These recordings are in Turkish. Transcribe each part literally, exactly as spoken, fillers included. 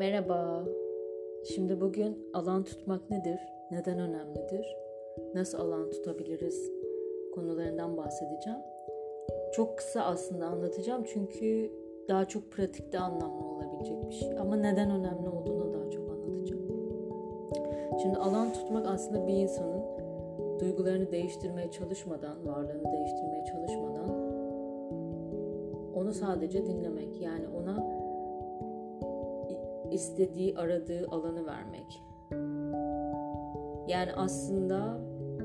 Merhaba. Şimdi bugün alan tutmak nedir? Neden önemlidir? Nasıl alan tutabiliriz? Konularından bahsedeceğim. Çok kısa aslında anlatacağım çünkü daha çok pratikte anlamlı olabilecek bir şey. Ama neden önemli olduğunu daha çok anlatacağım. Şimdi alan tutmak aslında bir insanın duygularını değiştirmeye çalışmadan, varlığını değiştirmeye çalışmadan onu sadece dinlemek. Yani ona istediği, aradığı alanı vermek. Yani aslında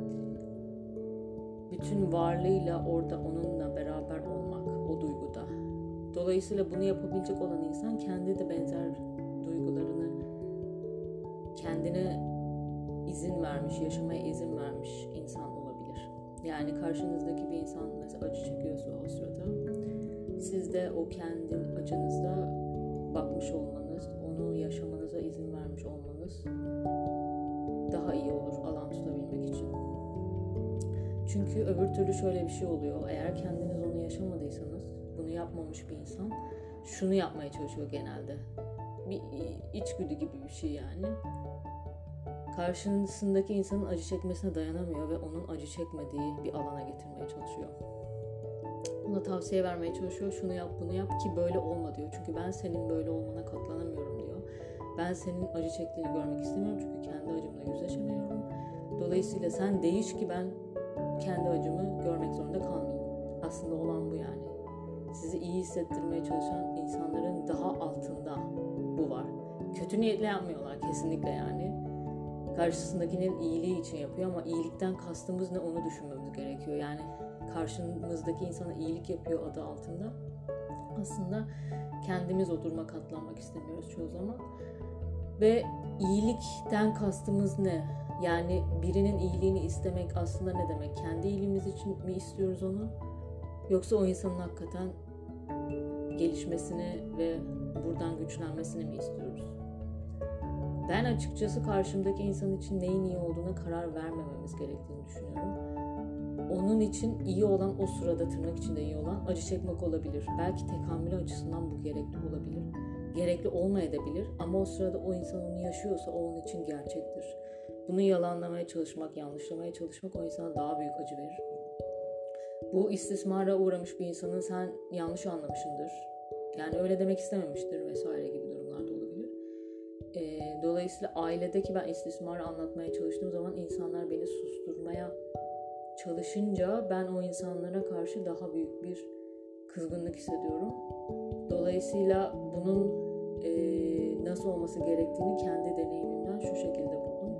bütün varlığıyla orada onunla beraber olmak o duyguda. Dolayısıyla bunu yapabilecek olan insan kendi de benzer duygularını kendine izin vermiş, yaşamaya izin vermiş insan olabilir. Yani karşınızdaki bir insan mesela acı çekiyorsa o sırada siz de o kendi acınızda bakmış olmanız, onu yaşamanıza izin vermiş olmanız daha iyi olur alan tutabilmek için. Çünkü öbür türlü şöyle bir şey oluyor. Eğer kendiniz onu yaşamadıysanız, bunu yapmamış bir insan şunu yapmaya çalışıyor genelde. Bir içgüdü gibi bir şey yani. Karşısındaki insanın acı çekmesine dayanamıyor ve onun acı çekmediği bir alana getirmeye çalışıyor. Ona tavsiye vermeye çalışıyor. Şunu yap, bunu yap ki böyle olma diyor. Çünkü ben senin böyle olmana katlanamıyorum diyor. Ben senin acı çektiğini görmek istemiyorum. Çünkü kendi acımla yüzleşemiyorum. Dolayısıyla sen değiş ki ben kendi acımı görmek zorunda kalmayayım. Aslında olan bu yani. Sizi iyi hissettirmeye çalışan insanların daha altında bu var. Kötü niyetle yapmıyorlar kesinlikle yani. Karşısındakinin iyiliği için yapıyor ama iyilikten kastımız ne onu düşünmemiz gerekiyor. Yani karşımızdaki insana iyilik yapıyor adı altında. Aslında kendimiz o duruma katlanmak istemiyoruz çoğu zaman. Ve iyilikten kastımız ne? Yani birinin iyiliğini istemek aslında ne demek? Kendi iyiliğimiz için mi istiyoruz onu? Yoksa o insanın hakikaten gelişmesini ve buradan güçlenmesini mi istiyoruz? Ben açıkçası karşımdaki insan için neyin iyi olduğuna karar vermememiz gerektiğini düşünüyorum. Onun için iyi olan o sırada tırnak içinde iyi olan acı çekmek olabilir. Belki tekamülü açısından bu gerekli olabilir. Gerekli olmayabilir ama o sırada o insan onu yaşıyorsa o onun için gerçektir. Bunu yalanlamaya çalışmak, yanlışlamaya çalışmak o insana daha büyük acı verir. Bu istismara uğramış bir insanın sen yanlış anlamışındır. Yani öyle demek istememiştir vesaire gibi durumlarda olabilir. E, dolayısıyla ailedeki ben istismarı anlatmaya çalıştığım zaman insanlar beni susturmaya çalışınca ben o insanlara karşı daha büyük bir kızgınlık hissediyorum. Dolayısıyla bunun e, nasıl olması gerektiğini kendi deneyimimden şu şekilde buldum.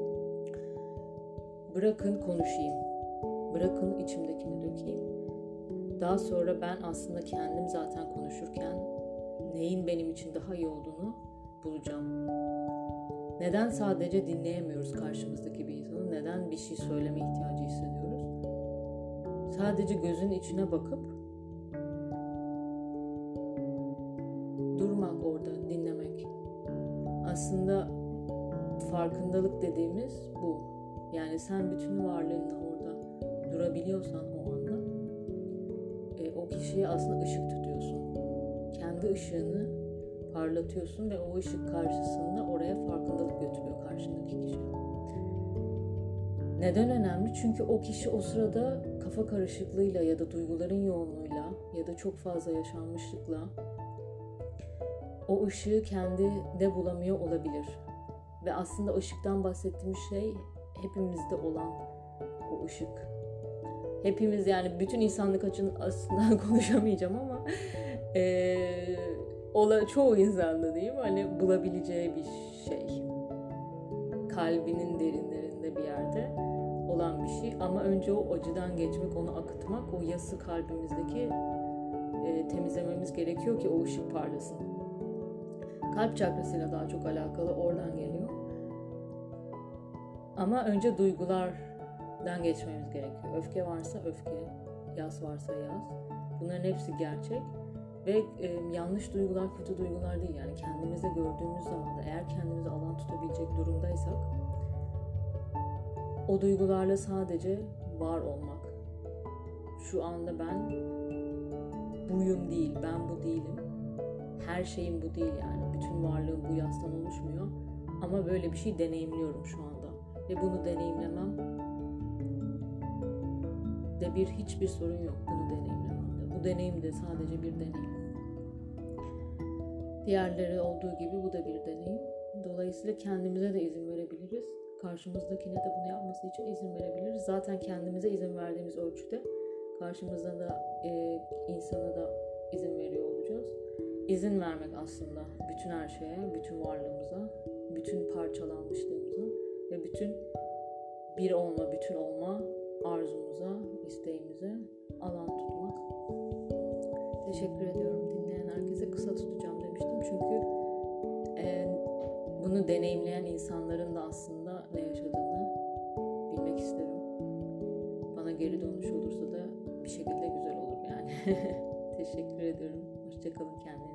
Bırakın konuşayım. Bırakın içimdekini dökeyim. Daha sonra ben aslında kendim zaten konuşurken neyin benim için daha iyi olduğunu bulacağım. Neden sadece dinleyemiyoruz karşımızdaki bir insanı? Neden bir şey söyleme ihtiyacı hissediyoruz? Sadece gözün içine bakıp durmak orada, dinlemek. Aslında farkındalık dediğimiz bu. Yani sen bütün varlığınla orada durabiliyorsan o anda e, o kişiye aslında ışık tutuyorsun. Kendi ışığını parlatıyorsun ve o ışık karşısında oraya farkındalık götürüyor karşındaki kişi. Neden önemli? Çünkü o kişi o sırada kafa karışıklığıyla ya da duyguların yoğunluğuyla ya da çok fazla yaşanmışlıkla o ışığı kendinde bulamıyor olabilir. Ve aslında ışıktan bahsettiğimiz şey hepimizde olan o ışık. Hepimiz yani bütün insanlık için aslında konuşamayacağım ama ee, ola, çoğu insanda diyeyim hani bulabileceği bir şey. Kalbinin derinlerinde bir yerde olan bir şey ama önce o acıdan geçmek, onu akıtmak, o yası kalbimizdeki e, temizlememiz gerekiyor ki o ışık parlasın. Kalp çakrasıyla daha çok alakalı, oradan geliyor. Ama önce duygulardan geçmemiz gerekiyor. Öfke varsa öfke, yas varsa yas. Bunların hepsi gerçek ve e, yanlış duygular kötü duygular değil. Yani kendimizde gördüğümüz zaman da eğer kendimize alan tutabilecek durumdaysak o duygularla sadece var olmak. Şu anda ben buyum değil, ben bu değilim. her şeyim bu değil yani. Bütün varlığım bu yastan oluşmuyor. Ama böyle bir şey deneyimliyorum şu anda. Ve bunu deneyimlemem de bir hiçbir sorun yok bunu deneyimlememde. Bu deneyim de sadece bir deneyim. Diğerleri olduğu gibi bu da bir deneyim. Dolayısıyla kendimize de izin verebiliriz. Karşımızdakine de bunu yapması için izin verebiliriz. Zaten kendimize izin verdiğimiz ölçüde karşımızda da e, insana da izin veriyor olacağız. İzin vermek aslında bütün her şeye, bütün varlığımıza, bütün parçalanmışlığımıza ve bütün bir olma, bütün olma arzumuza, isteğimize alan tutmak. Teşekkür ediyorum dinleyen herkese. Kısa tutacağım demiştim çünkü e, bunu deneyimleyen insanların da aslında ne yaşadığını bilmek isterim. Bana geri dönüş olursa da bir şekilde güzel olur yani. Teşekkür ediyorum. Hoşça kalın, kendinize.